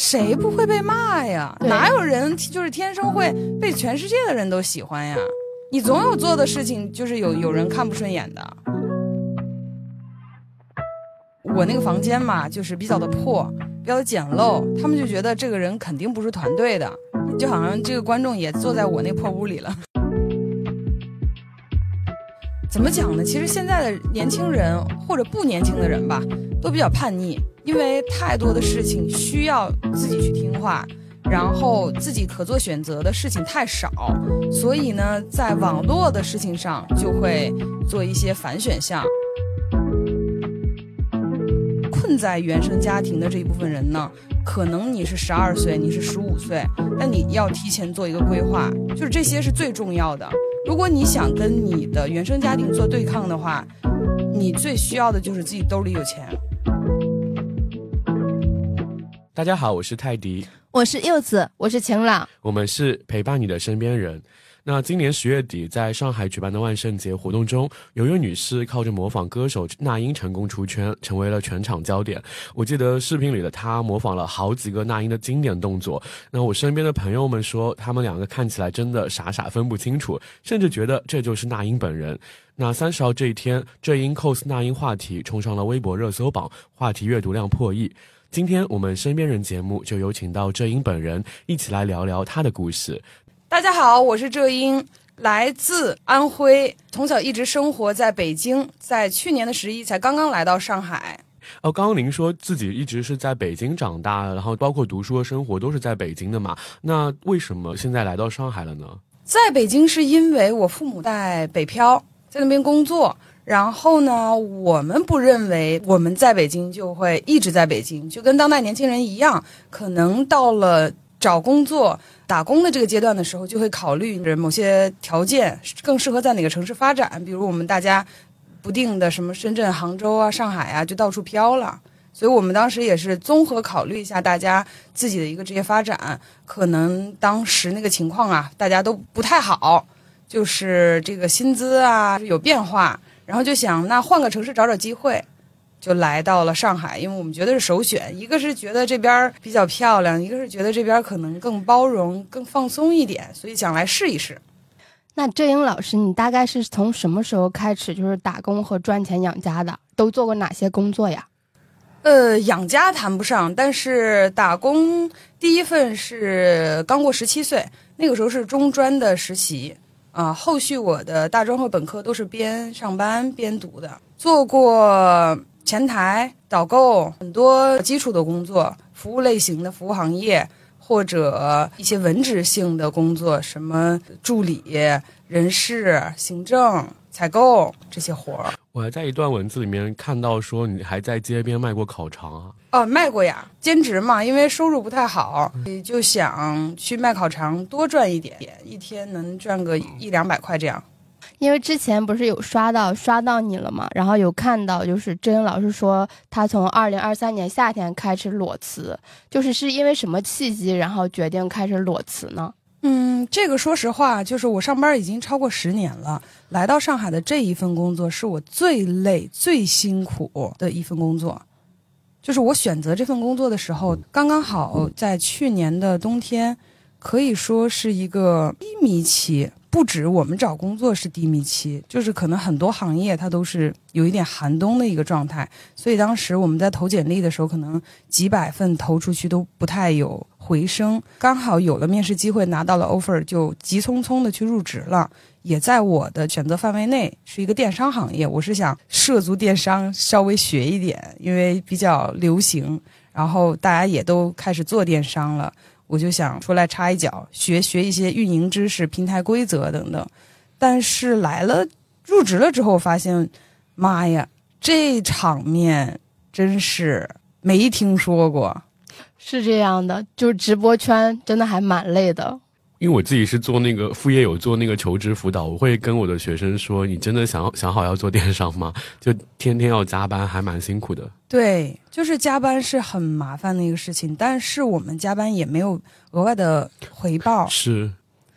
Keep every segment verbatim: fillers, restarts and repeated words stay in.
谁不会被骂呀？哪有人就是天生会被全世界的人都喜欢呀？你总有做的事情就是有有人看不顺眼的。我那个房间嘛，就是比较的破，比较的简陋，他们就觉得这个人肯定不是团队的，就好像这个观众也坐在我那破屋里了。怎么讲呢？其实现在的年轻人或者不年轻的人吧，都比较叛逆，因为太多的事情需要自己去听话，然后自己可做选择的事情太少，所以呢，在网络的事情上就会做一些反选项。困在原生家庭的这一部分人呢，可能你是十二岁，你是十五岁，但你要提前做一个规划，就是这些是最重要的。如果你想跟你的原生家庭做对抗的话，你最需要的就是自己兜里有钱。 大家好，我是泰迪， 我是柚子，我是晴朗， 我们是陪伴你的身边人。那今年十月底在上海举办的万圣节活动中，有一位女士靠着模仿歌手那英成功出圈，成为了全场焦点。我记得视频里的她模仿了好几个那英的经典动作，那我身边的朋友们说他们两个看起来真的傻傻分不清楚，甚至觉得这就是那英本人。那三十号这一天，这英 cos 那英话题冲上了微博热搜榜，话题阅读量破亿。今天我们身边人节目就有请到这英本人一起来聊聊她的故事。 大家好，我是这英，来自安徽，从小一直生活在北京，在去年的十一才刚刚来到上海。 哦，刚刚您说自己一直是在北京长大，然后包括读书和生活都是在北京的嘛？那为什么现在来到上海了呢？ 在北京是因为我父母在北漂，在那边工作。然后呢，我们不认为我们在北京就会一直在北京，就跟当代年轻人一样，可能到了找工作打工的这个阶段的时候，就会考虑某些条件更适合在哪个城市发展，比如我们大家不定的什么深圳、杭州啊、上海啊，就到处飘了。所以我们当时也是综合考虑一下大家自己的一个职业发展，可能当时那个情况啊，大家都不太好，就是这个薪资啊有变化，然后就想那换个城市找找机会，就来到了上海，因为我们觉得是首选，一个是觉得这边比较漂亮，一个是觉得这边可能更包容更放松一点，所以想来试一试。 那这英老师，你大概是从什么时候开始就是打工和赚钱养家的？都做过哪些工作呀？ 呃，养家谈不上，但是打工第一份是刚过十七岁，那个时候是中专的实习啊、呃，后续我的大专和本科都是边上班边读的，做过前台、导购，很多基础的工作，服务类型的服务行业，或者一些文职性的工作，什么助理、人事、行政、采购这些活儿。 我还在一段文字里面看到说你还在街边卖过烤肠啊。 哦，卖过呀，兼职嘛，因为收入不太好，就想去卖烤肠多赚一点，一天能赚个一两百块这样。 因为之前不是有刷到刷到你了嘛，然后有看到就是真英老师说他从二零二三年夏天开始裸辞，就是是因为什么契机然后决定开始裸辞呢？ 嗯，这个说实话，就是我上班已经超过十年了，来到上海的这一份工作是我最累最辛苦的一份工作。就是我选择这份工作的时候，刚刚好在去年的冬天，可以说是一个低迷期。不止我们找工作是低迷期，就是可能很多行业它都是有一点寒冬的一个状态，所以当时我们在投简历的时候，可能几百份投出去都不太有回声。刚好有了面试机会，拿到了 offer， 就急匆匆的去入职了，也在我的选择范围内，是一个电商行业。我是想涉足电商，稍微学一点，因为比较流行，然后大家也都开始做电商了。我就想出来插一脚，学学一些运营知识、平台规则等等。但是来了入职了之后，发现，妈呀，这场面真是没听说过。 是这样的，就是直播圈真的还蛮累的。 因为我自己是做那个副业，有做那个求职辅导，我会跟我的学生说，你真的想想好要做电商吗？就天天要加班，还蛮辛苦的。 对，就是加班是很麻烦的一个事情，但是我们加班也没有额外的回报。 是，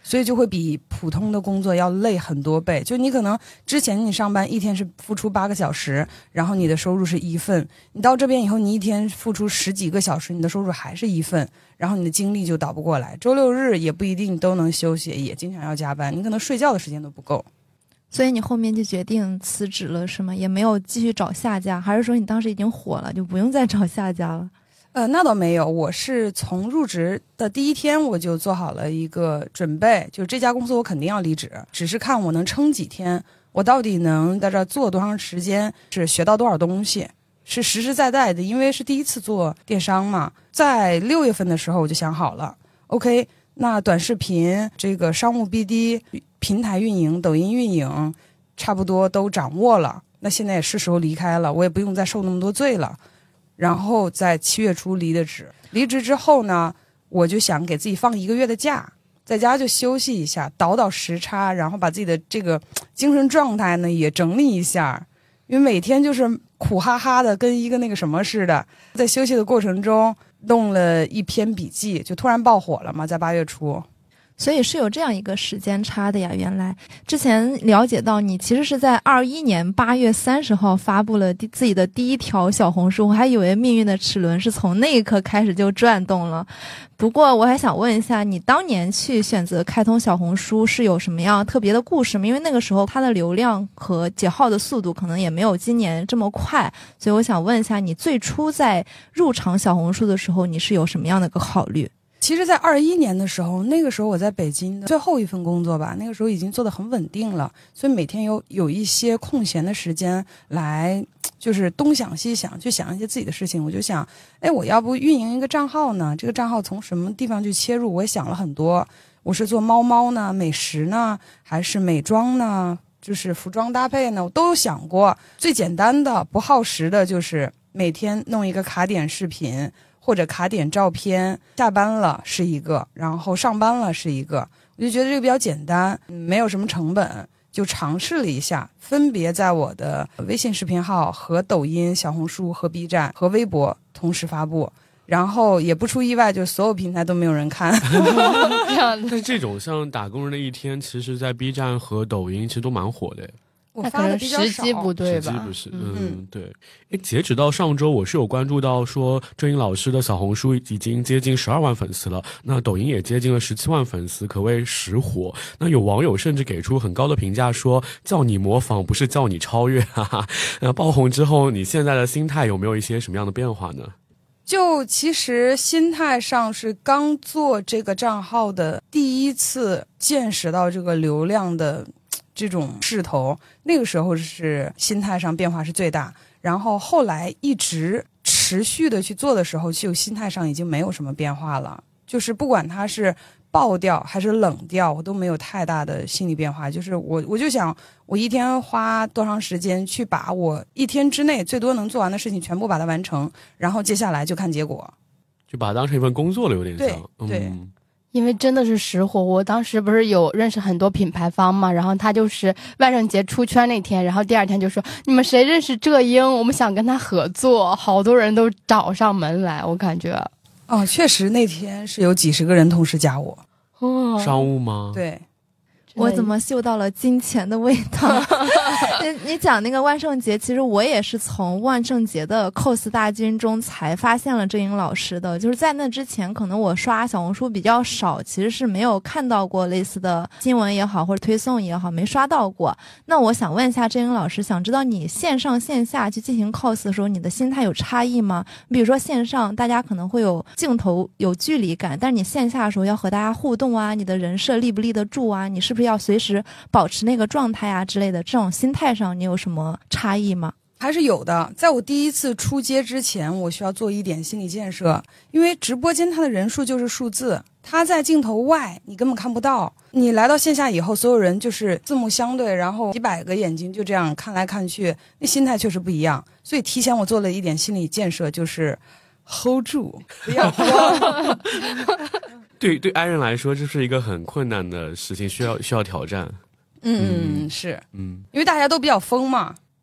所以就会比普通的工作要累很多倍。就你可能之前你上班一天是付出八个小时，然后你的收入是一份，你到这边以后你一天付出十几个小时，你的收入还是一份，然后你的精力就倒不过来，周六日也不一定都能休息，也经常要加班，你可能睡觉的时间都不够。 所以你后面就决定辞职了是吗？也没有继续找下家，还是说你当时已经火了就不用再找下家了？ 呃，那倒没有，我是从入职的第一天我就做好了一个准备，就是这家公司我肯定要离职，只是看我能撑几天，我到底能在这儿做多长时间，是学到多少东西，是实实在在的，因为是第一次做电商嘛。在六月份的时候我就想好了 ，OK， 那短视频这个商务 B D、平台运营、抖音运营，差不多都掌握了，那现在也是时候离开了，我也不用再受那么多罪了。然后在七月初离的职，离职之后呢，我就想给自己放一个月的假，在家就休息一下，倒倒时差，然后把自己的这个精神状态呢也整理一下，因为每天就是苦哈哈的，跟一个那个什么似的。在休息的过程中，弄了一篇笔记，就突然爆火了嘛，在八月初。 所以是有这样一个时间差的呀。原来之前了解到你其实是在二一年八月三十号发布了自己的第一条小红书，我还以为命运的齿轮是从那一刻开始就转动了。不过我还想问一下，你当年去选择开通小红书是有什么样特别的故事吗？因为那个时候它的流量和解号的速度可能也没有今年这么快，所以我想问一下，你最初在入场小红书的时候，你是有什么样的一个考虑？ 其实在二一年的时候，那个时候我在北京的最后一份工作吧，那个时候已经做得很稳定了，所以每天有有一些空闲的时间来就是东想西想，去想一些自己的事情。我就想，哎，我要不运营一个账号呢？这个账号从什么地方去切入？我也想了很多，我是做猫猫呢，美食呢，还是美妆呢，就是服装搭配呢，我都有想过。最简单的不耗时的就是每天弄一个卡点视频或者卡点照片，下班了是一个，然后上班了是一个，我就觉得这个比较简单，没有什么成本，就尝试了一下，分别在我的微信视频号和抖音、小红书和 B 站和微博同时发布，然后也不出意外，就所有平台都没有人看。 但是这种像打工人的一天，其实在 B 站和抖音其实都蛮火的。 我发的比较少， 时机不对吧？ 时机不是，嗯，嗯对。诶，截止到上周，我是有关注到说，郑英老师的小红书已经接近十二万粉丝了，那抖音也接近了十七万粉丝，可谓实火。那有网友甚至给出很高的评价，说叫你模仿，不是叫你超越，哈哈。那爆红之后，你现在的心态有没有一些什么样的变化呢？ 就其实心态上是刚做这个账号的第一次见识到这个流量的这种势头，那个时候是心态上变化是最大，然后后来一直持续的去做的时候，就心态上已经没有什么变化了，就是不管它是爆掉还是冷掉，我都没有太大的心理变化。就是我我就想，我一天花多长时间去把我一天之内最多能做完的事情全部把它完成，然后接下来就看结果， 就把它当成一份工作了，有点像。 对对。 嗯， 因为真的是实火，我当时不是有认识很多品牌方嘛，然后他就是万圣节出圈那天，然后第二天就说你们谁认识浙英，我们想跟他合作，好多人都找上门来，我感觉。 哦，确实那天是有几十个人同时加我。 哦， 商务吗？ 对。 我怎么嗅到了金钱的味道？你你讲那个万圣节，其实我也是从万圣节的 cos 大军中才发现了郑英老师的。就是在那之前，可能我刷小红书比较少，其实是没有看到过类似的新闻也好，或者推送也好，没刷到过。那我想问一下郑英老师，想知道你线上线下去进行 cos 的时候，你的心态有差异吗？比如说线上大家可能会有镜头有距离感，但是你线下的时候要和大家互动啊，你的人设立不立得住啊，你是不是要随时保持那个状态啊之类的，这种心态上你有什么差异吗？ 还是有的。在我第一次出街之前，我需要做一点心理建设，因为直播间它的人数就是数字，它在镜头外你根本看不到，你来到线下以后，所有人就是四目相对，然后几百个眼睛就这样看来看去，那心态确实不一样。所以提前我做了一点心理建设，就是 hold 住，不要慌。 对对，爱人来说，这是一个很困难的事情，需要需要挑战。 嗯，是， 嗯， 因为大家都比较疯嘛。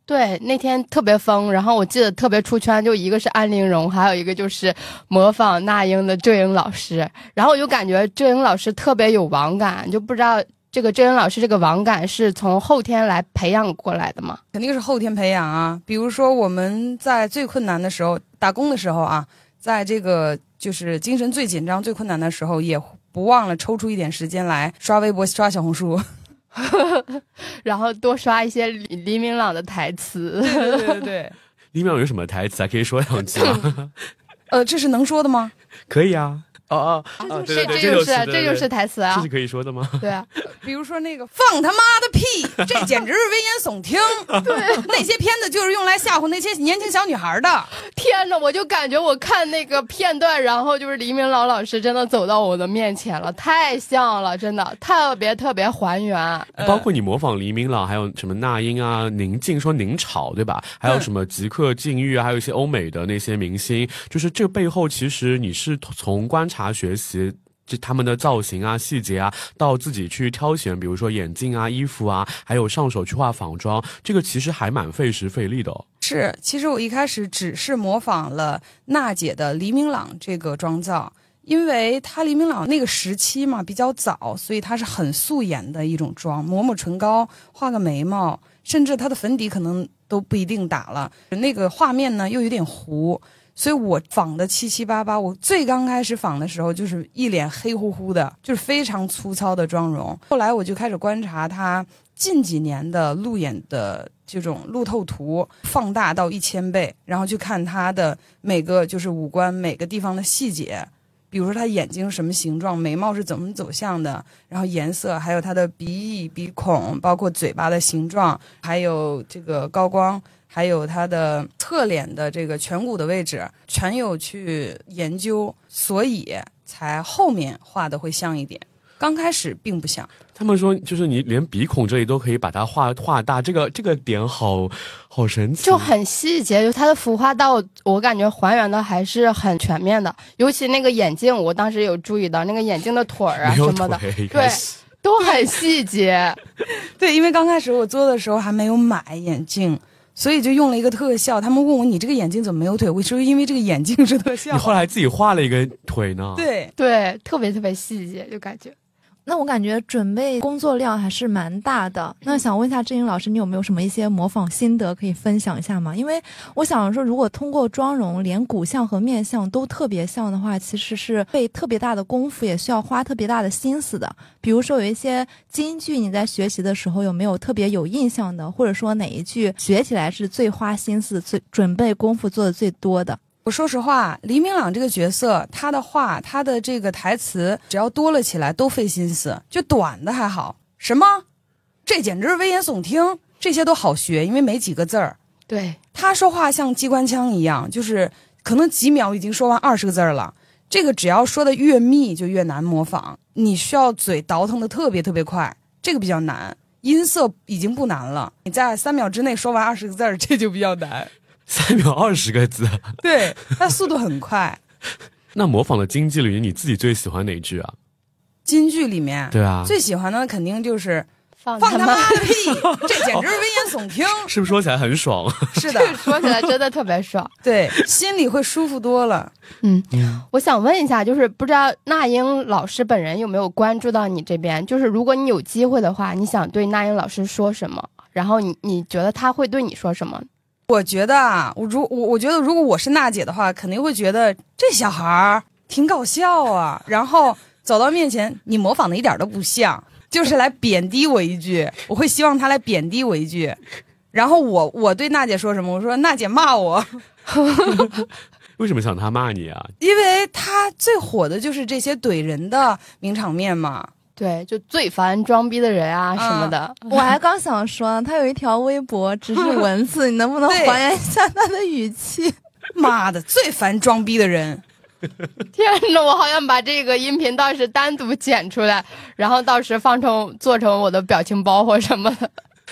对，那天特别疯，然后我记得特别出圈，就一个是安陵容，还有一个就是模仿那英的郑英老师，然后我就感觉郑英老师特别有网感，就不知道这个郑英老师这个网感是从后天来培养过来的吗？ 肯定是后天培养啊。比如说我们在最困难的时候，打工的时候啊，在这个就是精神最紧张、最困难的时候，也不忘了抽出一点时间来刷微博、刷小红书。 然后多刷一些黎黎明朗的台词。 对对对对对。 黎明朗有什么台词还可以说两句吗？ 呃，这是能说的吗？ 可以啊。哦哦，哦对对对， 这就是这这就是台词啊， 这是可以说的吗？ 对啊， 比如说那个放他妈的屁，这简直是危言耸听。对，那些片子就是用来吓唬那些年轻小女孩的。 天哪，我就感觉我看那个片段，然后就是黎明朗老师真的走到我的面前了，太像了，真的特别特别还原。 包括你模仿黎明朗，还有什么那英啊、宁静说宁吵，对吧？还有什么吉克隽逸啊，还有一些欧美的那些明星，就是这背后其实你是从观察学习。就他们的造型啊、细节啊，到自己去挑选，比如说眼镜啊、衣服啊，还有上手去画仿妆，这个其实还蛮费时费力的哦。 是，其实我一开始只是模仿了娜姐的黎明朗这个妆造，因为她黎明朗那个时期嘛比较早，所以她是很素颜的一种妆，抹抹唇膏，画个眉毛，甚至她的粉底可能都不一定打了，那个画面呢又有点糊。所以我仿的七七八八，我最刚开始仿的时候就是一脸黑乎乎的，就是非常粗糙的妆容。后来我就开始观察他近几年的路演的这种路透图，放大到一千倍，然后去看他的每个就是五官每个地方的细节，比如说他眼睛什么形状，眉毛是怎么走向的，然后颜色，还有他的鼻翼、鼻孔，包括嘴巴的形状，还有这个高光。还有他的侧脸的这个颧骨的位置，全有去研究，所以才后面画的会像一点。刚开始并不像。 他们说，就是你连鼻孔这里都可以把它画画大，这个这个点好好神奇， 就很细节，就它的服化道，我感觉还原的还是很全面的。尤其那个眼镜，我当时有注意到那个眼镜的腿儿啊什么的，对，都很细节。 对，因为刚开始我做的时候还没有买眼镜。所以就用了一个特效，他们问我你这个眼镜怎么没有腿？我说因为这个眼镜是特效。 你后来自己画了一个腿呢？ 对对，特别特别细节，就感觉。 那我感觉准备工作量还是蛮大的。那想问一下郑英老师，你有没有什么一些模仿心得可以分享一下吗？因为我想说，如果通过妆容连骨相和面相都特别像的话，其实是费特别大的功夫，也需要花特别大的心思的。比如说有一些金句，你在学习的时候有没有特别有印象的，或者说哪一句学起来是最花心思、最准备功夫做的最多的？ 我说实话，黎明朗这个角色，他的话，他的这个台词，只要多了起来都费心思，就短的还好。什么？这简直是危言耸听，这些都好学，因为没几个字儿。 对， 他说话像机关枪一样，就是可能几秒已经说完二十个字儿了。这个只要说的越密，就越难模仿。你需要嘴倒腾的特别特别快，这个比较难。音色已经不难了，你在三秒之内说完二十个字儿，这就比较难。 三秒二十个字， 对，它速度很快。 那模仿的京剧里，你自己最喜欢哪句啊？ 京剧里面， 对啊， 最喜欢的肯定就是放放他妈的屁，这简直是危言耸听。 是不是说起来很爽？ 是的， 说起来真的特别爽， 对，心里会舒服多了。 嗯，我想问一下，就是不知道那英老师本人有没有关注到你这边？就是如果你有机会的话，你想对那英老师说什么？然后你你觉得他会对你说什么？ 我觉得啊，我如我我觉得如果我是娜姐的话，肯定会觉得这小孩儿挺搞笑啊，然后走到面前，你模仿的一点都不像，就是来贬低我一句，我会希望他来贬低我一句，然后我我对娜姐说什么？我说娜姐骂我。 为什么想他骂你啊？ 因为他最火的就是这些怼人的名场面嘛。 对，就最烦装逼的人啊什么的。 嗯、我还刚想说，他有一条微博只是文字，你能不能还原一下他的语气？ 妈的，最烦装逼的人。 天哪，我好想把这个音频到时单独剪出来，然后到时放成做成我的表情包或什么的。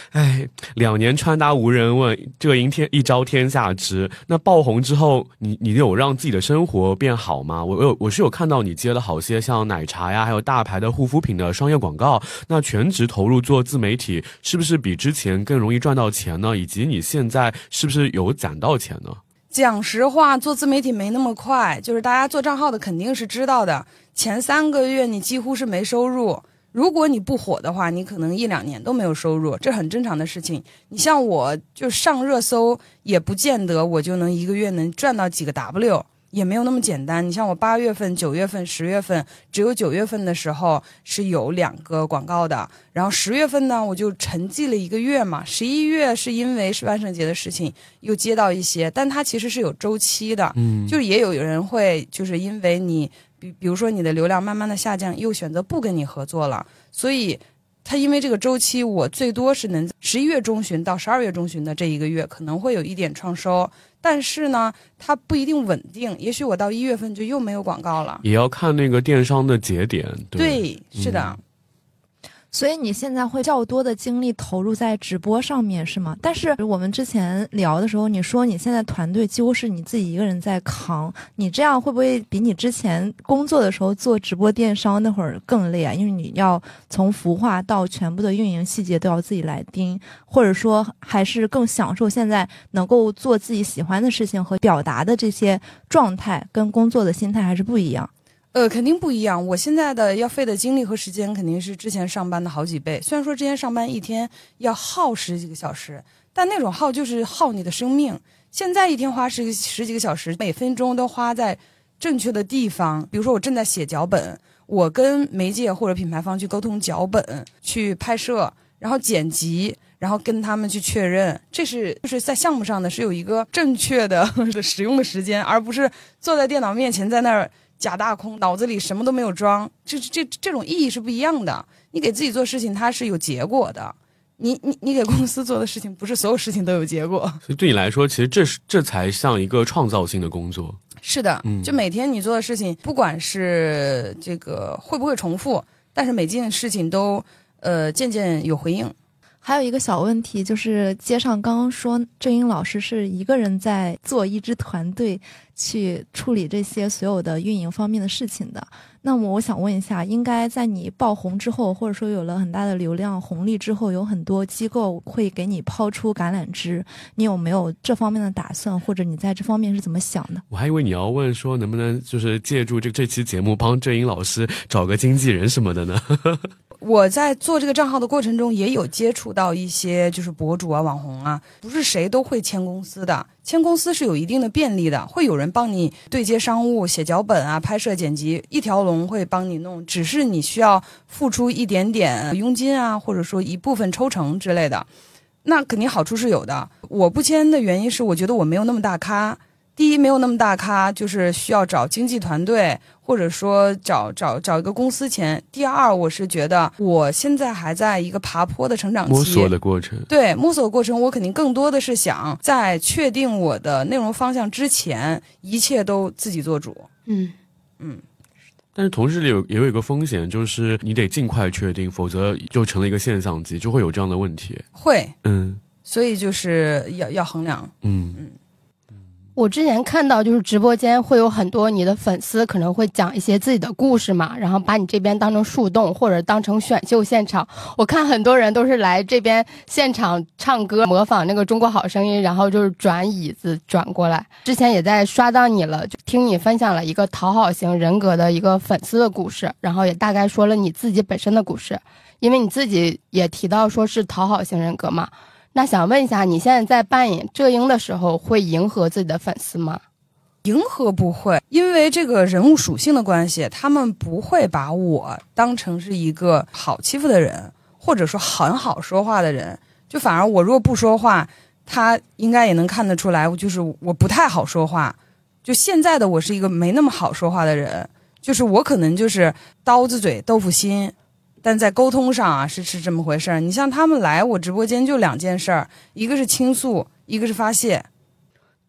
哎，两年穿搭无人问，这应天一朝天下知。那爆红之后，你你有让自己的生活变好吗？我有，我是有看到你接了好些像奶茶呀，还有大牌的护肤品的商业广告。那全职投入做自媒体，是不是比之前更容易赚到钱呢？以及你现在是不是有攒到钱呢？ 讲实话，做自媒体没那么快，就是大家做账号的肯定是知道的，前三个月你几乎是没收入。如果你不火的话，你可能一两年都没有收入，这很正常的事情。你像我就上热搜，也不见得我就能一个月能赚到几个 W， 也没有那么简单。你像我八月份、九月份、十月份，只有九月份的时候是有两个广告的，然后十月份呢，我就沉寂了一个月嘛。十一月是因为是万圣节的事情，又接到一些，但它其实是有周期的，嗯，就是也有人会就是因为你。比比如说你的流量慢慢的下降，又选择不跟你合作了，所以他因为这个周期，我最多是能十一月中旬到十二月中旬的这一个月可能会有一点创收，但是呢，它不一定稳定，也许我到一月份就又没有广告了， 也要看那个电商的节点。 对，对是的。嗯， 所以你现在会较多的精力投入在直播上面是吗？但是我们之前聊的时候，你说你现在团队几乎是你自己一个人在扛，你这样会不会比你之前工作的时候做直播电商那会儿更累啊？因为你要从孵化到全部的运营细节都要自己来盯，或者说还是更享受现在能够做自己喜欢的事情和表达的这些状态，跟工作的心态还是不一样。 呃，肯定不一样。我现在的要费的精力和时间肯定是之前上班的好几倍。虽然说之前上班一天要耗十几个小时，但那种耗就是耗你的生命。现在一天花十十几个小时，每分钟都花在正确的地方。比如说我正在写脚本，我跟媒介或者品牌方去沟通脚本，去拍摄，然后剪辑，然后跟他们去确认，这是就是在项目上的是有一个正确的使用的时间，而不是坐在电脑面前在那儿假大空，脑子里什么都没有装，这这这种意义是不一样的。你给自己做事情，它是有结果的。你你你给公司做的事情，不是所有事情都有结果。 所以对你来说，其实这是这才像一个创造性的工作。 是的，嗯，就每天你做的事情，不管是这个会不会重复，但是每件事情都呃渐渐有回应。 还有一个小问题，就是接上刚刚说郑英老师是一个人在做一支团队去处理这些所有的运营方面的事情的。那么我想问一下，应该在你爆红之后，或者说有了很大的流量红利之后，有很多机构会给你抛出橄榄枝，你有没有这方面的打算，或者你在这方面是怎么想的？ 我还以为你要问说能不能就是借助这这期节目帮郑英老师找个经纪人什么的呢？ 我在做这个账号的过程中，也有接触到一些就是博主啊、网红啊，不是谁都会签公司的。签公司是有一定的便利的，会有人帮你对接商务、写脚本啊、拍摄、剪辑，一条龙会帮你弄，只是你需要付出一点点佣金啊，或者说一部分抽成之类的。那肯定好处是有的。我不签的原因是，我觉得我没有那么大咖。第一，没有那么大咖，就是需要找经纪团队，或者说找找找一个公司签。第二，我是觉得我现在还在一个爬坡的成长期， 摸索的过程。 对，摸索的过程，我肯定更多的是想在确定我的内容方向之前，一切都自己做主。 嗯嗯。 但是同时有也有一个风险，就是你得尽快确定，否则就成了一个现象级，就会有这样的问题。 会， 嗯， 所以就是要要衡量。 嗯嗯。 我之前看到就是直播间会有很多你的粉丝可能会讲一些自己的故事嘛，然后把你这边当成树洞或者当成选秀现场。我看很多人都是来这边现场唱歌模仿那个中国好声音，然后就是转椅子转过来。之前也在刷到你了，就听你分享了一个讨好型人格的一个粉丝的故事，然后也大概说了你自己本身的故事，因为你自己也提到说是讨好型人格嘛。那想问一下，你现在在扮演浙英的时候会迎合自己的粉丝吗？ 迎合不会，因为这个人物属性的关系，他们不会把我当成是一个好欺负的人，或者说很好说话的人。就反而我如果不说话，他应该也能看得出来，就是我不太好说话。就现在的我是一个没那么好说话的人，就是我可能就是刀子嘴豆腐心，但在沟通上啊是是这么回事儿。你像他们来我直播间就两件事儿，一个是倾诉，一个是发泄。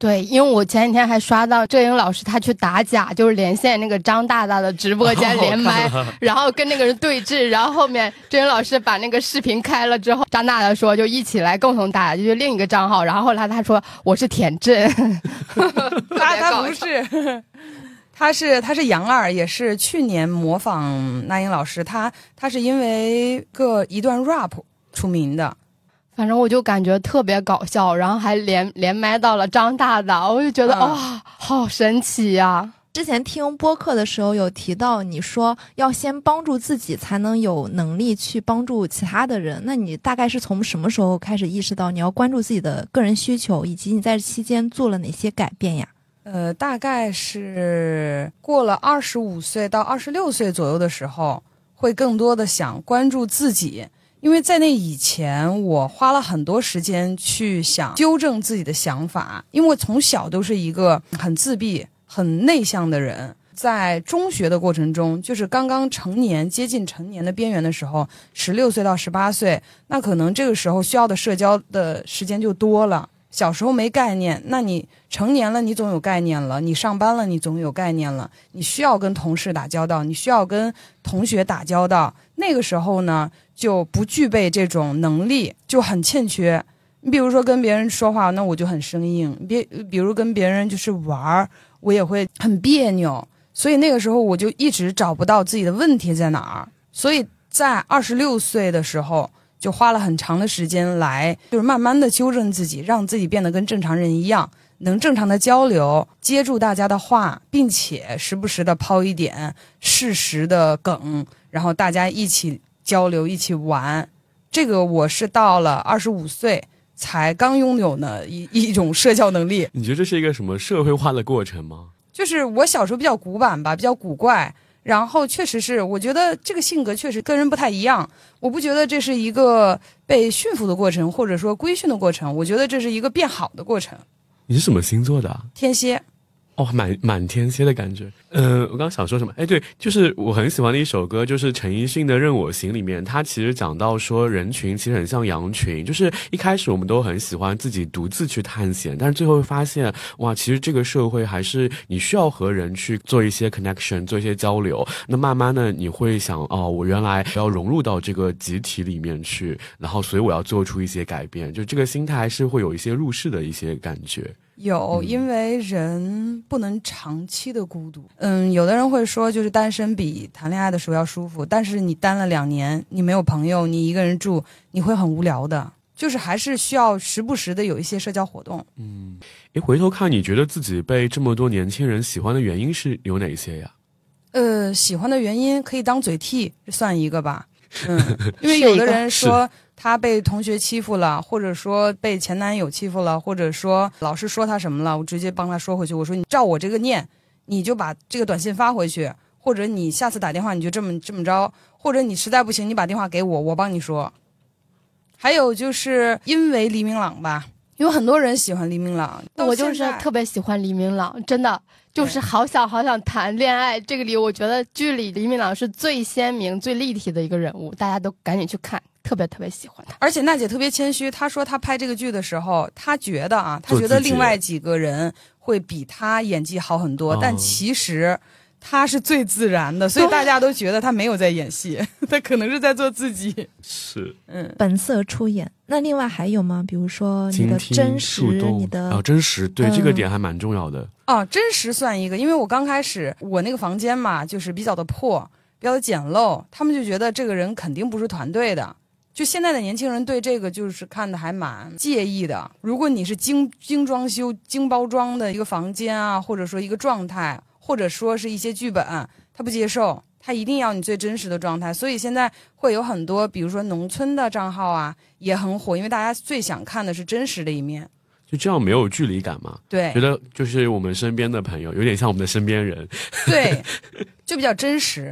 对，因为我前几天还刷到郑英老师他去打假，就是连线那个张大大的直播间连麦，哦、然后跟那个人对峙，然后后面郑英老师把那个视频开了之后，张大大说就一起来共同打假，就是另一个账号，然后后来他说我是田震， 他他不是。他是他是杨二，也是去年模仿那英老师，他他是因为个一段 rap 出名的。 反正我就感觉特别搞笑，然后还连连麦到了张大大，我就觉得哇、嗯哦，好神奇呀、啊！ 之前听播客的时候有提到，你说要先帮助自己，才能有能力去帮助其他的人。那你大概是从什么时候开始意识到你要关注自己的个人需求，以及你在这期间做了哪些改变呀？ 呃，大概是过了二十五岁到二十六岁左右的时候，会更多的想关注自己。因为在那以前，我花了很多时间去想纠正自己的想法，因为我从小都是一个很自闭、很内向的人。在中学的过程中，就是刚刚成年、接近成年的边缘的时候，十六岁到十八岁，那可能这个时候需要的社交的时间就多了。小时候没概念，那你成年了，你总有概念了；你上班了，你总有概念了。你需要跟同事打交道，你需要跟同学打交道。那个时候呢，就不具备这种能力，就很欠缺。你比如说跟别人说话，那我就很生硬；别比如跟别人就是玩，我也会很别扭。所以那个时候我就一直找不到自己的问题在哪儿。所以在二十六岁的时候，就花了很长的时间来，就是慢慢的纠正自己，让自己变得跟正常人一样，能正常的交流，接住大家的话，并且时不时的抛一点事实的梗，然后大家一起交流，一起玩。这个我是到了二十五岁才刚拥有的一一种社交能力。 你觉得这是一个什么社会化的过程吗？ 就是我小时候比较古板吧，比较古怪。然后确实是，我觉得这个性格确实跟人不太一样。我不觉得这是一个被驯服的过程，或者说规训的过程。我觉得这是一个变好的过程。 你是什么星座的啊？ 天蝎。 哦，满满天蝎的感觉。嗯、呃，我刚刚想说什么？哎，对，就是我很喜欢的一首歌，就是陈奕迅的《任我行》里面，他其实讲到说，人群其实很像羊群，就是一开始我们都很喜欢自己独自去探险，但是最后会发现，哇，其实这个社会还是你需要和人去做一些 connection， 做一些交流。那慢慢的你会想，哦，我原来要融入到这个集体里面去，然后所以我要做出一些改变，就这个心态还是会有一些入世的一些感觉。 有，因为人不能长期的孤独。嗯，有的人会说，就是单身比谈恋爱的时候要舒服，但是你单了两年，你没有朋友，你一个人住，你会很无聊的。就是还是需要时不时的有一些社交活动。 嗯，诶，回头看，你觉得自己被这么多年轻人喜欢的原因是有哪些呀？呃， 喜欢的原因可以当嘴替，这算一个吧。嗯，因为有的人说他被同学欺负了，或者说被前男友欺负了，或者说老师说他什么了，我直接帮他说回去。我说你照我这个念，你就把这个短信发回去，或者你下次打电话你就这么这么着，或者你实在不行你把电话给我，我帮你说。还有就是因为黎明朗吧，有很多人喜欢黎明朗， 我就是特别喜欢黎明朗，真的就是好想好想谈恋爱。这个里我觉得剧里黎明朗是最鲜明最立体的一个人物，大家都赶紧去看，特别特别喜欢他。 而且娜姐特别谦虚，她说她拍这个剧的时候，她觉得啊，她觉得另外几个人会比她演技好很多，但其实他是最自然的，所以大家都觉得他没有在演戏，他可能是在做自己。 是， 嗯，本色出演。那另外还有吗？比如说你的真实，你的哦，真实，对、嗯、这个点还蛮重要的。 哦，真实算一个，因为我刚开始我那个房间嘛，就是比较的破，比较的简陋，他们就觉得这个人肯定不是团队的。就现在的年轻人对这个就是看的还蛮介意的。如果你是精精装修、精包装的一个房间啊，或者说一个状态。或者说是一些剧本他不接受，他一定要你最真实的状态。所以现在会有很多比如说农村的账号啊也很火，因为大家最想看的是真实的一面。 就这样没有距离感嘛？ 对， 觉得就是我们身边的朋友有点像我们的身边人。 对，就比较真实。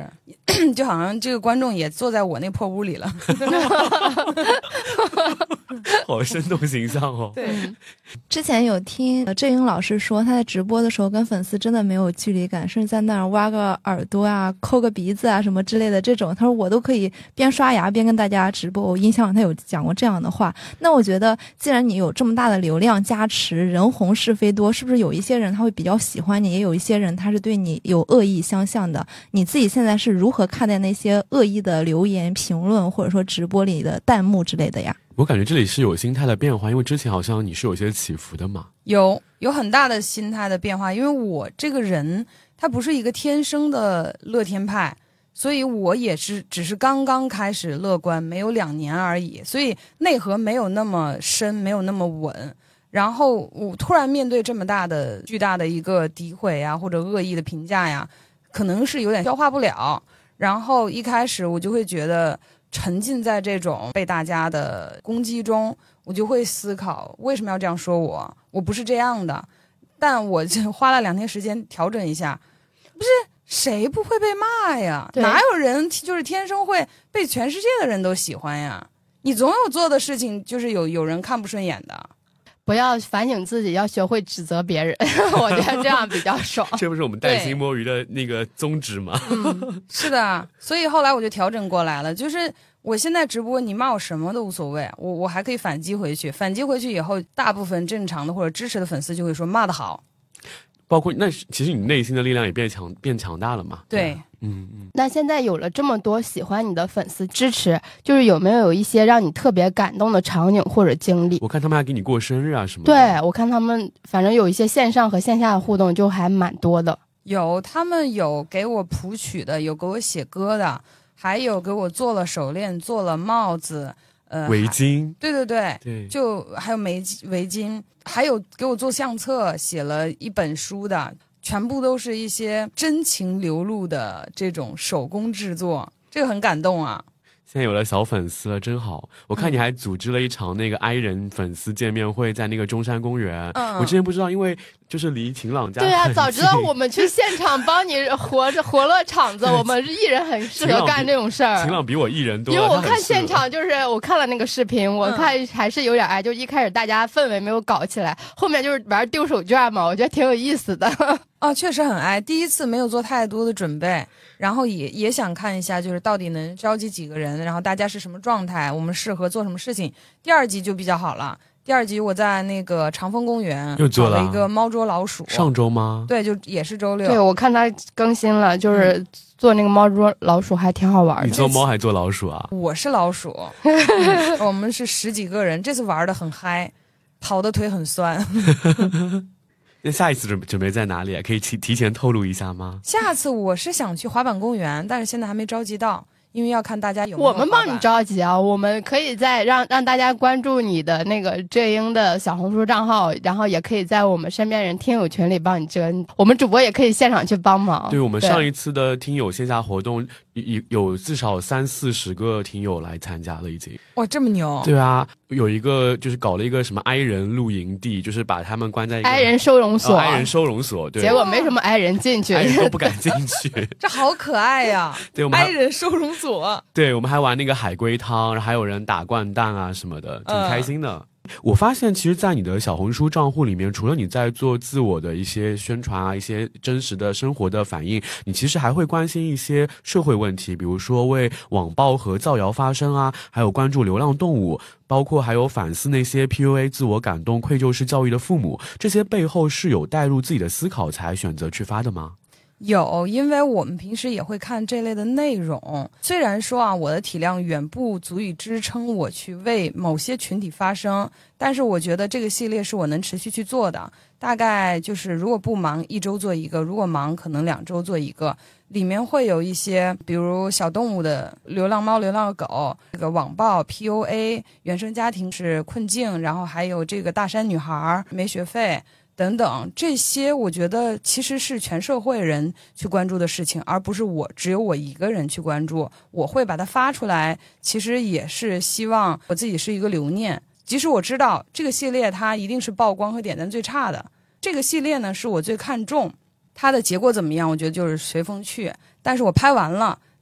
就好像这个观众也坐在我那破屋里了。 好生动形象哦。 对， 之前有听呃郑英老师说，他在直播的时候跟粉丝真的没有距离感，甚至在那儿挖个耳朵啊、抠个鼻子啊什么之类的这种，他说我都可以边刷牙边跟大家直播。我印象他有讲过这样的话。那我觉得，既然你有这么大的流量加持，人红是非多，是不是有一些人他会比较喜欢你，也有一些人他是对你有恶意相向的？你自己现在是如何看待那些恶意的留言、评论，或者说直播里的弹幕之类的呀？ 我感觉这里是有心态的变化，因为之前好像你是有些起伏的嘛。 有有很大的心态的变化，因为我这个人他不是一个天生的乐天派，所以我也是只是刚刚开始乐观，没有两年而已，所以内核没有那么深，没有那么稳。然后我突然面对这么大的巨大的一个诋毁呀，或者恶意的评价呀，可能是有点消化不了。然后一开始我就会觉得沉浸在这种被大家的攻击中，我就会思考为什么要这样说我，我不是这样的。但我就花了两天时间调整一下，不是谁不会被骂呀？哪有人就是天生会被全世界的人都喜欢呀？你总有做的事情就是有有人看不顺眼的。 不要反省自己，要学会指责别人。我觉得这样比较爽。 这不是我们带薪摸鱼的那个宗旨吗？ 嗯，是的。所以后来我就调整过来了，就是我现在直播，你骂我什么都无所谓，我我还可以反击回去。反击回去以后，大部分正常的或者支持的粉丝就会说骂得好。 包括那其实你内心的力量也变强变强大了嘛。 对， 嗯嗯。 那现在有了这么多喜欢你的粉丝支持，就是有没有有一些让你特别感动的场景或者经历？ 我看他们还给你过生日啊什么的。 对，我看他们反正有一些线上和线下的互动就还蛮多的。 有，他们有给我谱曲的，有给我写歌的，还有给我做了手链，做了帽子。呃， 围巾， 对对对， 对， 就还有围围巾，还有给我做相册，写了一本书的，全部都是一些真情流露的这种手工制作，这个很感动啊。 现在有了小粉丝了，真好！我看你还组织了一场那个 I 人粉丝见面会，在那个中山公园。嗯，我之前不知道，因为就是离晴朗家。 对啊，早知道我们去现场帮你活着活络场子。我们艺人很适合干这种事儿。 晴朗比我艺人多， 因为我看现场就是我看了那个视频，我看还是有点哎，就一开始大家氛围没有搞起来，后面就是玩丢手绢嘛，我觉得挺有意思的。 哦，确实很爱。第一次没有做太多的准备，然后也也想看一下，就是到底能召集几个人，然后大家是什么状态，我们适合做什么事情。第二集就比较好了。第二集我在那个长风公园又做了一个猫捉老鼠。 上周吗？ 对，就也是周六。 对，我看他更新了，就是做那个猫捉老鼠还挺好玩的。 你做猫还做老鼠啊？ 我是老鼠、嗯，我们是十几个人，这次玩的很嗨，跑的腿很酸。 那下一次准准备在哪里啊？可以提提前透露一下吗？ 下次我是想去滑板公园，但是现在还没召集到，因为要看大家有没有。 我们帮你召集啊，我们可以在让让大家关注你的那个这英的小红书账号，然后也可以在我们身边人听友群里帮你遮。我们主播也可以现场去帮忙。 对，我们上一次的听友线下活动，有有至少三四十个听友来参加了，已经。 哇，这么牛！ 对啊，有一个就是搞了一个什么 I 人露营地，就是把他们关在一个 I 人收容所、 哦、I 人收容所，对， 结果没什么 I 人进去， I 人都不敢进去， 这好可爱呀！ 对，我们 I 人收容所， 对，我们还玩那个海龟汤，然后还有人打掼蛋啊什么的，挺开心的。嗯，我发现其实在你的小红书账户里面，除了你在做自我的一些宣传啊，一些真实的生活的反应，你其实还会关心一些社会问题，比如说为网暴和造谣发声啊，还有关注流浪动物，包括还有反思那些 P U A 自我感动愧疚式教育的父母，这些背后是有带入自己的思考才选择去发的吗？ 有，因为我们平时也会看这类的内容，虽然说啊，我的体量远不足以支撑我去为某些群体发声，但是我觉得这个系列是我能持续去做的，大概就是如果不忙一周做一个，如果忙可能两周做一个，里面会有一些比如小动物的流浪猫流浪狗，这个网暴 P U A 原生家庭是困境，然后还有这个大山女孩没学费等等，这些我觉得其实是全社会人去关注的事情，而不是我只有我一个人去关注。我会把它发出来，其实也是希望我自己是一个留念，即使我知道这个系列它一定是曝光和点赞最差的，这个系列呢是我最看重，它的结果怎么样我觉得就是随风去，但是我拍完了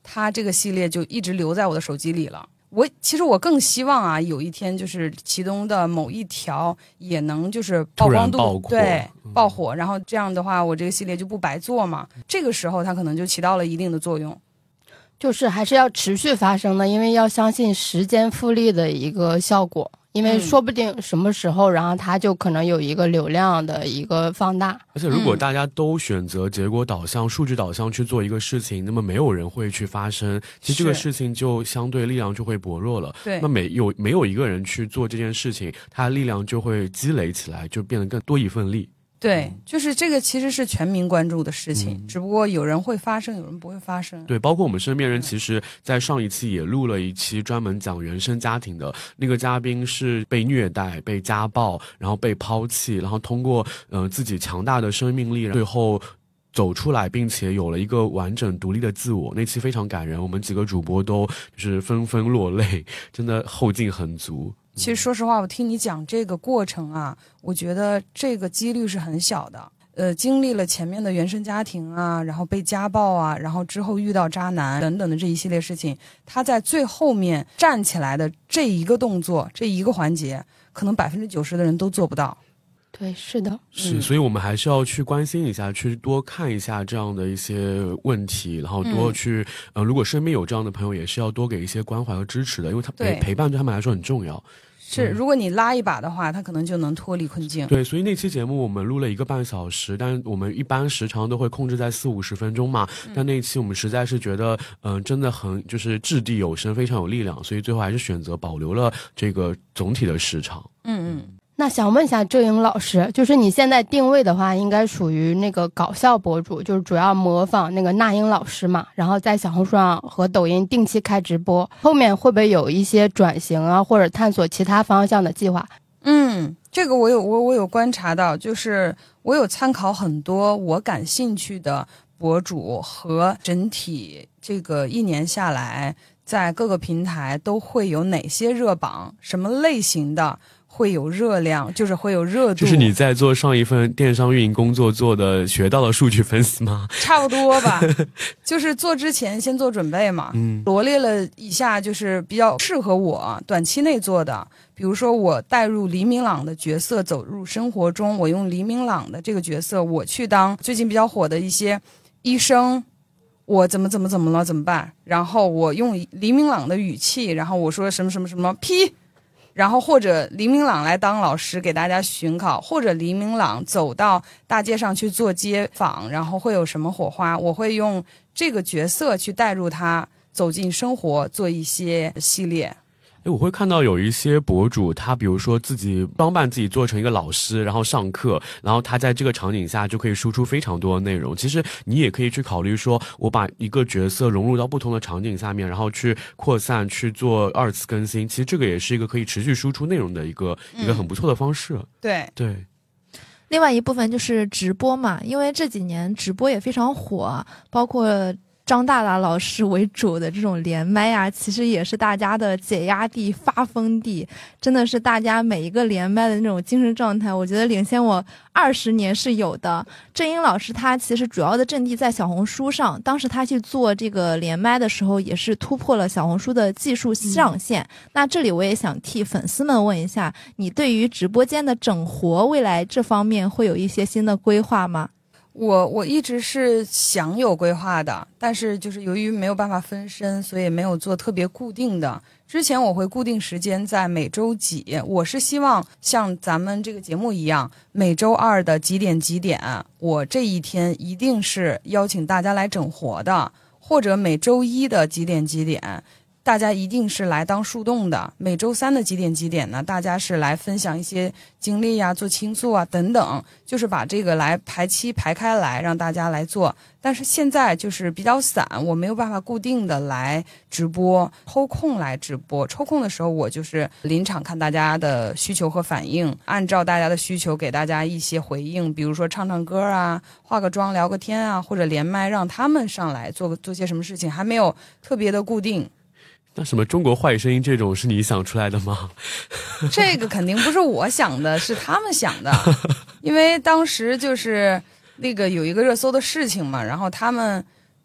它这个系列就一直留在我的手机里了。我其实我更希望啊，有一天就是其中的某一条也能就是曝光度爆火对、 嗯、 爆火，然后这样的话我这个系列就不白做嘛。这个时候它可能就起到了一定的作用。 就是还是要持续发生的，因为要相信时间复利的一个效果，因为说不定什么时候、嗯、然后它就可能有一个流量的一个放大。 而且如果大家都选择结果导向、嗯、数据导向去做一个事情，那么没有人会去发声，其实这个事情就相对力量就会薄弱了。 对， 那没有没有一个人去做这件事情，它的力量就会积累起来，就变得更多一份力。 对，就是这个其实是全民关注的事情、嗯、只不过有人会发声，有人不会发声。 对，包括我们身边人，其实在上一期也录了一期专门讲原生家庭的，那个嘉宾是被虐待、被家暴，然后被抛弃，然后通过呃自己强大的生命力，最后走出来，并且有了一个完整独立的自我。那期非常感人，我们几个主播都就是纷纷落泪，真的后劲很足。 其实说实话，我听你讲这个过程啊，我觉得这个几率是很小的。呃，经历了前面的原生家庭啊，然后被家暴啊，然后之后遇到渣男等等的这一系列事情，他在最后面站起来的这一个动作，这一个环节，可能百分之九十的人都做不到。 对，是的， 是，所以我们还是要去关心一下，去多看一下这样的一些问题，然后多去，嗯、呃，如果身边有这样的朋友，也是要多给一些关怀和支持的，因为他陪陪伴对他们来说很重要。 是，如果你拉一把的话，他可能就能脱离困境。 对，所以那期节目我们录了一个半小时，但我们一般时长都会控制在四五十分钟嘛。嗯、但那一期我们实在是觉得，嗯、呃，真的很就是掷地有声，非常有力量，所以最后还是选择保留了这个总体的时长。 嗯嗯。 那想问一下周莹老师，就是你现在定位的话，应该属于那个搞笑博主，就是主要模仿那个那英老师嘛，然后在小红书上和抖音定期开直播，后面会不会有一些转型啊，或者探索其他方向的计划？ 嗯，这个我有我我有观察到，就是我有参考很多我感兴趣的博主，和整体这个一年下来，在各个平台都会有哪些热榜，什么类型的会有热量，就是会有热度。 这是你在做上一份电商运营工作做的学到的数据分析吗？ 差不多吧，就是做之前先做准备嘛。 嗯， 罗列了以下就是比较适合我短期内做的，比如说我带入黎明朗的角色走入生活中，我用黎明朗的这个角色，我去当最近比较火的一些医生。我怎么怎么怎么了怎么办？然后我用黎明朗的语气，然后我说什么什么什么批。然后或者黎明朗来当老师给大家巡考，或者黎明朗走到大街上去做街访，然后会有什么火花，我会用这个角色去带入他走进生活，做一些系列。 我会看到有一些博主，他比如说自己装扮自己做成一个老师，然后上课，然后他在这个场景下就可以输出非常多的内容。其实你也可以去考虑说，我把一个角色融入到不同的场景下面，然后去扩散，去做二次更新。其实这个也是一个可以持续输出内容的一个、嗯、一个很不错的方式。 对对。 另外一部分就是直播嘛，因为这几年直播也非常火，包括张大大老师为主的这种连麦啊，其实也是大家的解压地、发疯地，真的是大家每一个连麦的那种精神状态，我觉得领先我二十年是有的。郑英老师他其实主要的阵地在小红书上，当时他去做这个连麦的时候，也是突破了小红书的技术上限。嗯、那这里我也想替粉丝们问一下，你对于直播间的整活，未来这方面会有一些新的规划吗？ 我我一直是想有规划的，但是就是由于没有办法分身，所以没有做特别固定的。之前我会固定时间在每周几，我是希望像咱们这个节目一样，每周二的几点几点，我这一天一定是邀请大家来整活的，或者每周一的几点几点，大家一定是来当树洞的。每周三的几点几点呢，大家是来分享一些经历呀、做倾诉啊等等，就是把这个来排期排开来，让大家来做。但是现在就是比较散，我没有办法固定的来直播，抽空来直播。抽空的时候，我就是临场看大家的需求和反应，按照大家的需求给大家一些回应，比如说唱唱歌啊，化个妆聊个天啊，或者连麦让他们上来做做些什么事情，还没有特别的固定。 那什么中国坏声音这种是你想出来的吗？ 这个肯定不是我想的，是他们想的。因为当时就是那个有一个热搜的事情嘛，然后他们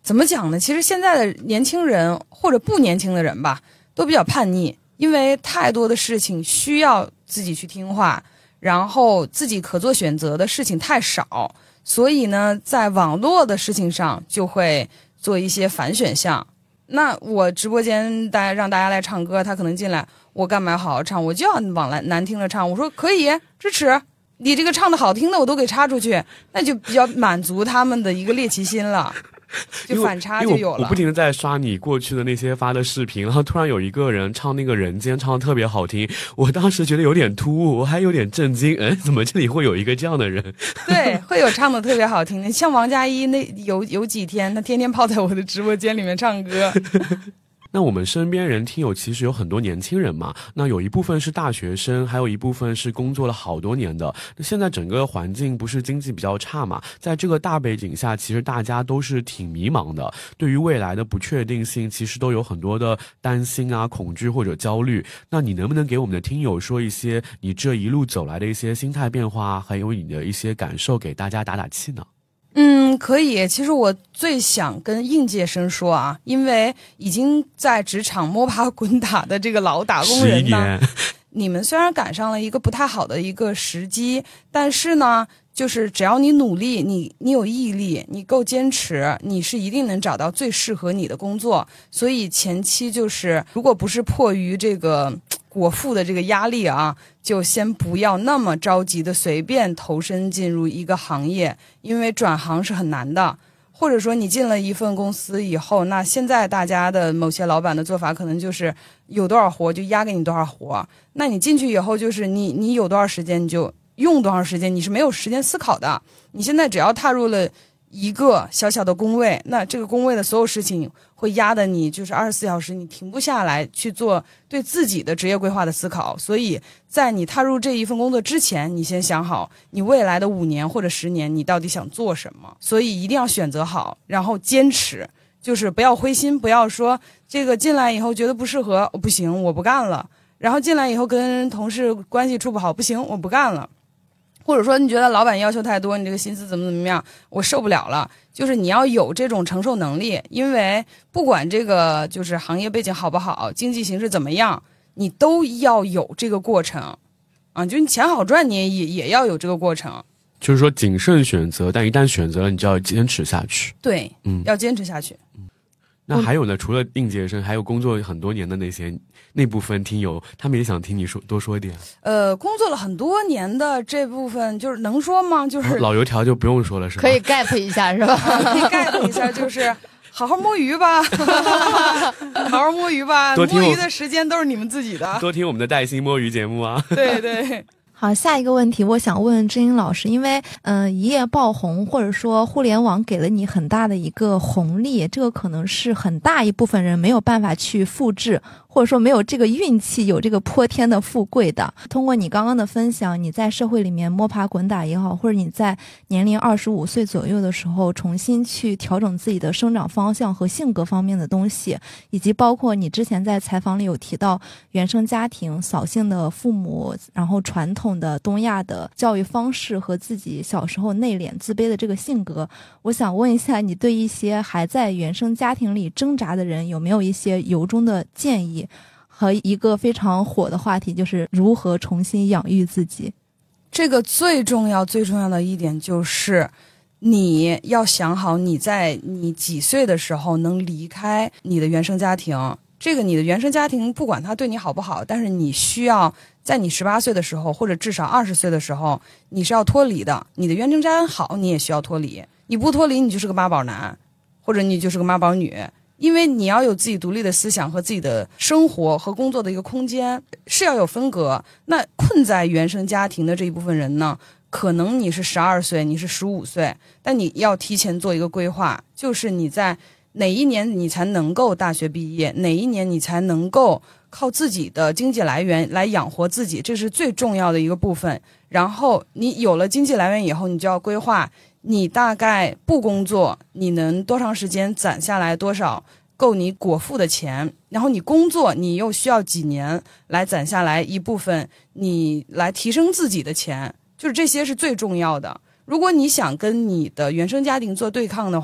怎么讲呢？其实现在的年轻人或者不年轻的人吧，都比较叛逆，因为太多的事情需要自己去听话，然后自己可做选择的事情太少，所以呢，在网络的事情上就会做一些反选项。那我直播间大家让大家来唱歌，他可能进来，我干嘛要好好唱？我就要往来难听的唱。我说可以支持，你这个唱的好听的我都给插出去，那就比较满足他们的一个猎奇心了。就反差就有了。 我, 我不停的在刷你过去的那些发的视频，然后突然有一个人唱那个人间唱的特别好听，我当时觉得有点突兀，我还有点震惊，嗯，怎么这里会有一个这样的人？ 对，会有唱的特别好听的，像王佳一那有有几天他天天泡在我的直播间里面唱歌。 那我们身边人听友其实有很多年轻人嘛，那有一部分是大学生，还有一部分是工作了好多年的。那现在整个环境不是经济比较差嘛，在这个大背景下，其实大家都是挺迷茫的，对于未来的不确定性其实都有很多的担心啊、恐惧或者焦虑。那你能不能给我们的听友说一些你这一路走来的一些心态变化，还有你的一些感受，给大家打打气呢？ 嗯，可以。其实我最想跟应届生说啊，因为已经在职场摸爬滚打的这个老打工人呢，你们虽然赶上了一个不太好的一个时机，但是呢，就是只要你努力，你你有毅力，你够坚持，你是一定能找到最适合你的工作。所以前期就是，如果不是迫于这个果腹的这个压力啊，就先不要那么着急的随便投身进入一个行业，因为转行是很难的。或者说你进了一份公司以后，那现在大家的某些老板的做法可能就是有多少活就压给你多少活，那你进去以后就是你你有多少时间你就用多长时间，你是没有时间思考的。你现在只要踏入了一个小小的工位，那这个工位的所有事情会压得你就是二十四小时你停不下来去做对自己的职业规划的思考。所以在你踏入这一份工作之前，你先想好你未来的五年或者十年你到底想做什么，所以一定要选择好，然后坚持，就是不要灰心，不要说这个进来以后觉得不适合，不行我不干了，然后进来以后跟同事关系处不好，不行我不干了，或者说你觉得老板要求太多，你这个薪资怎么怎么样，我受不了了，就是你要有这种承受能力。因为不管这个就是行业背景好不好，经济形势怎么样，你都要有这个过程啊，就你钱好赚你也也要有这个过程。 就是说谨慎选择，但一旦选择了你就要坚持下去。 对， 嗯， 要坚持下去。 嗯，那还有呢，除了应届生，还有工作很多年的那些那部分听友，他们也想听你说多说一点。 呃，工作了很多年的这部分，就是能说吗？就是、 哦、老油条就不用说了，是吧？ 可以 gap 一下，是吧？ 可以 gap 一下，就是好好摸鱼吧，好好摸鱼吧，摸鱼的时间都是你们自己的。 多听我们的带薪摸鱼节目啊！ 对对。 好，下一个问题我想问知音老师，因为嗯、呃，一夜爆红或者说互联网给了你很大的一个红利，这个可能是很大一部分人没有办法去复制，或者说没有这个运气有这个泼天的富贵的。通过你刚刚的分享，你在社会里面摸爬滚打也好，或者你在年龄二十五岁左右的时候重新去调整自己的生长方向和性格方面的东西，以及包括你之前在采访里有提到原生家庭、扫兴的父母，然后传统的东亚的教育方式和自己小时候内敛自卑的这个性格，我想问一下，你对一些还在原生家庭里挣扎的人有没有一些由衷的建议？和一个非常火的话题，就是如何重新养育自己。 这个最重要最重要的一点就是你要想好你在你几岁的时候能离开你的原生家庭。这个你的原生家庭不管他对你好不好，但是你需要在你十八岁的时候或者至少二十岁的时候你是要脱离的。你的原生家庭好你也需要脱离，你不脱离你就是个妈宝男或者你就是个妈宝女，因为你要有自己独立的思想和自己的生活和工作的一个空间，是要有分隔。那困在原生家庭的这一部分人呢，可能你是十二岁你是十五岁，但你要提前做一个规划，就是你在哪一年你才能够大学毕业，哪一年你才能够靠自己的经济来源来养活自己，这是最重要的一个部分。然后你有了经济来源以后，你就要规划你大概不工作你能多长时间攒下来多少够你果腹的钱，然后你工作你又需要几年来攒下来一部分你来提升自己的钱，就是这些是最重要的。如果你想跟你的原生家庭做对抗的话，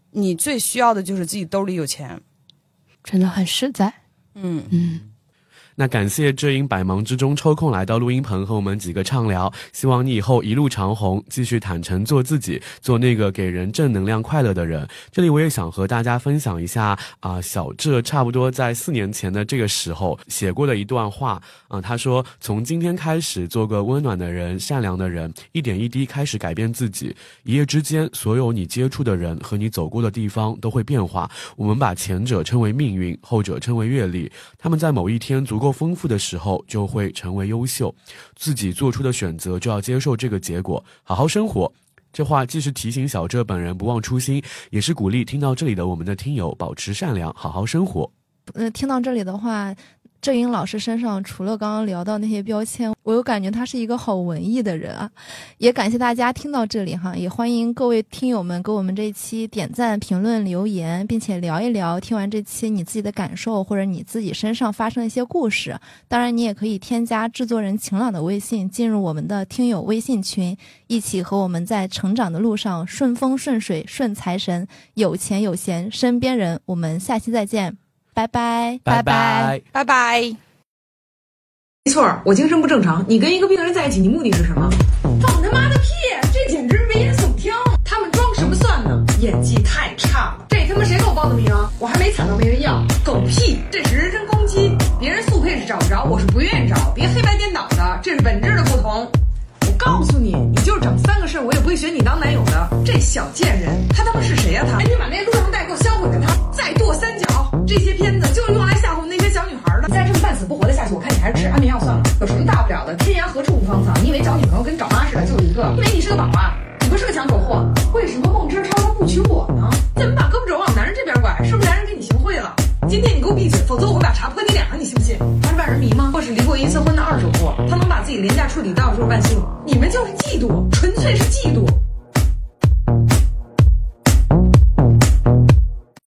你最需要的就是自己兜里有钱， 真的很实在。 嗯嗯。 那感谢志英百忙之中抽空来到录音棚和我们几个畅聊，希望你以后一路长虹，继续坦诚做自己，做那个给人正能量快乐的人。这里我也想和大家分享一下啊、呃，小智差不多在四年前的这个时候写过的一段话啊、呃，他说从今天开始做个温暖的人，善良的人，一点一滴开始改变自己，一夜之间所有你接触的人和你走过的地方都会变化。我们把前者称为命运，后者称为阅历，他们在某一天足够丰富的时候就会成为优秀，自己做出的选择就要接受这个结果，好好生活。这话既是提醒小智本人不忘初心，也是鼓励听到这里的我们的听友保持善良，好好生活。 呃，听到这里的话，郑英老师身上除了刚刚聊到那些标签，我有感觉他是一个好文艺的人啊。也感谢大家听到这里哈，也欢迎各位听友们给我们这一期点赞、评论、留言，并且聊一聊听完这期你自己的感受，或者你自己身上发生的一些故事。当然你也可以添加制作人晴朗的微信，进入我们的听友微信群，一起和我们在成长的路上顺风顺水顺财神，有钱有闲身边人。我们下期再见，拜拜拜拜拜拜。 没错，我精神不正常。你跟一个病人在一起，你目的是什么？放他妈的屁！这简直是危言耸听。他们装什么蒜呢？演技太差了。这他妈谁给我报的名？我还没惨到没人要。狗屁！这是人身攻击。别人速配是找不着，我是不愿意找。别黑白颠倒的，这是本质的不同。我告诉你，你就是整三个肾，我也不会选你当男友的。这小贱人，他他妈是谁呀、啊？他！你把那录像带给我销毁了他，再跺三脚。这些片子就是用来吓唬那些小女孩的。你再这么半死不活的下去，我看你还是吃安眠药算了。有什么大不了的？天涯何处无芳草？你以为找女朋友跟找妈似的，就一个？因为你是个宝啊，你不是个抢手货。为什么孟之超他不娶我呢？怎么把胳膊肘往男人这边拐？是不是男人给你行贿了？今天你给我闭嘴，否则我会把茶泼你脸上，你信不信？他是万人迷吗？或是离过一次婚的二手货？他能把自己廉价处理到就是万幸。你们就是嫉妒，纯粹是嫉妒。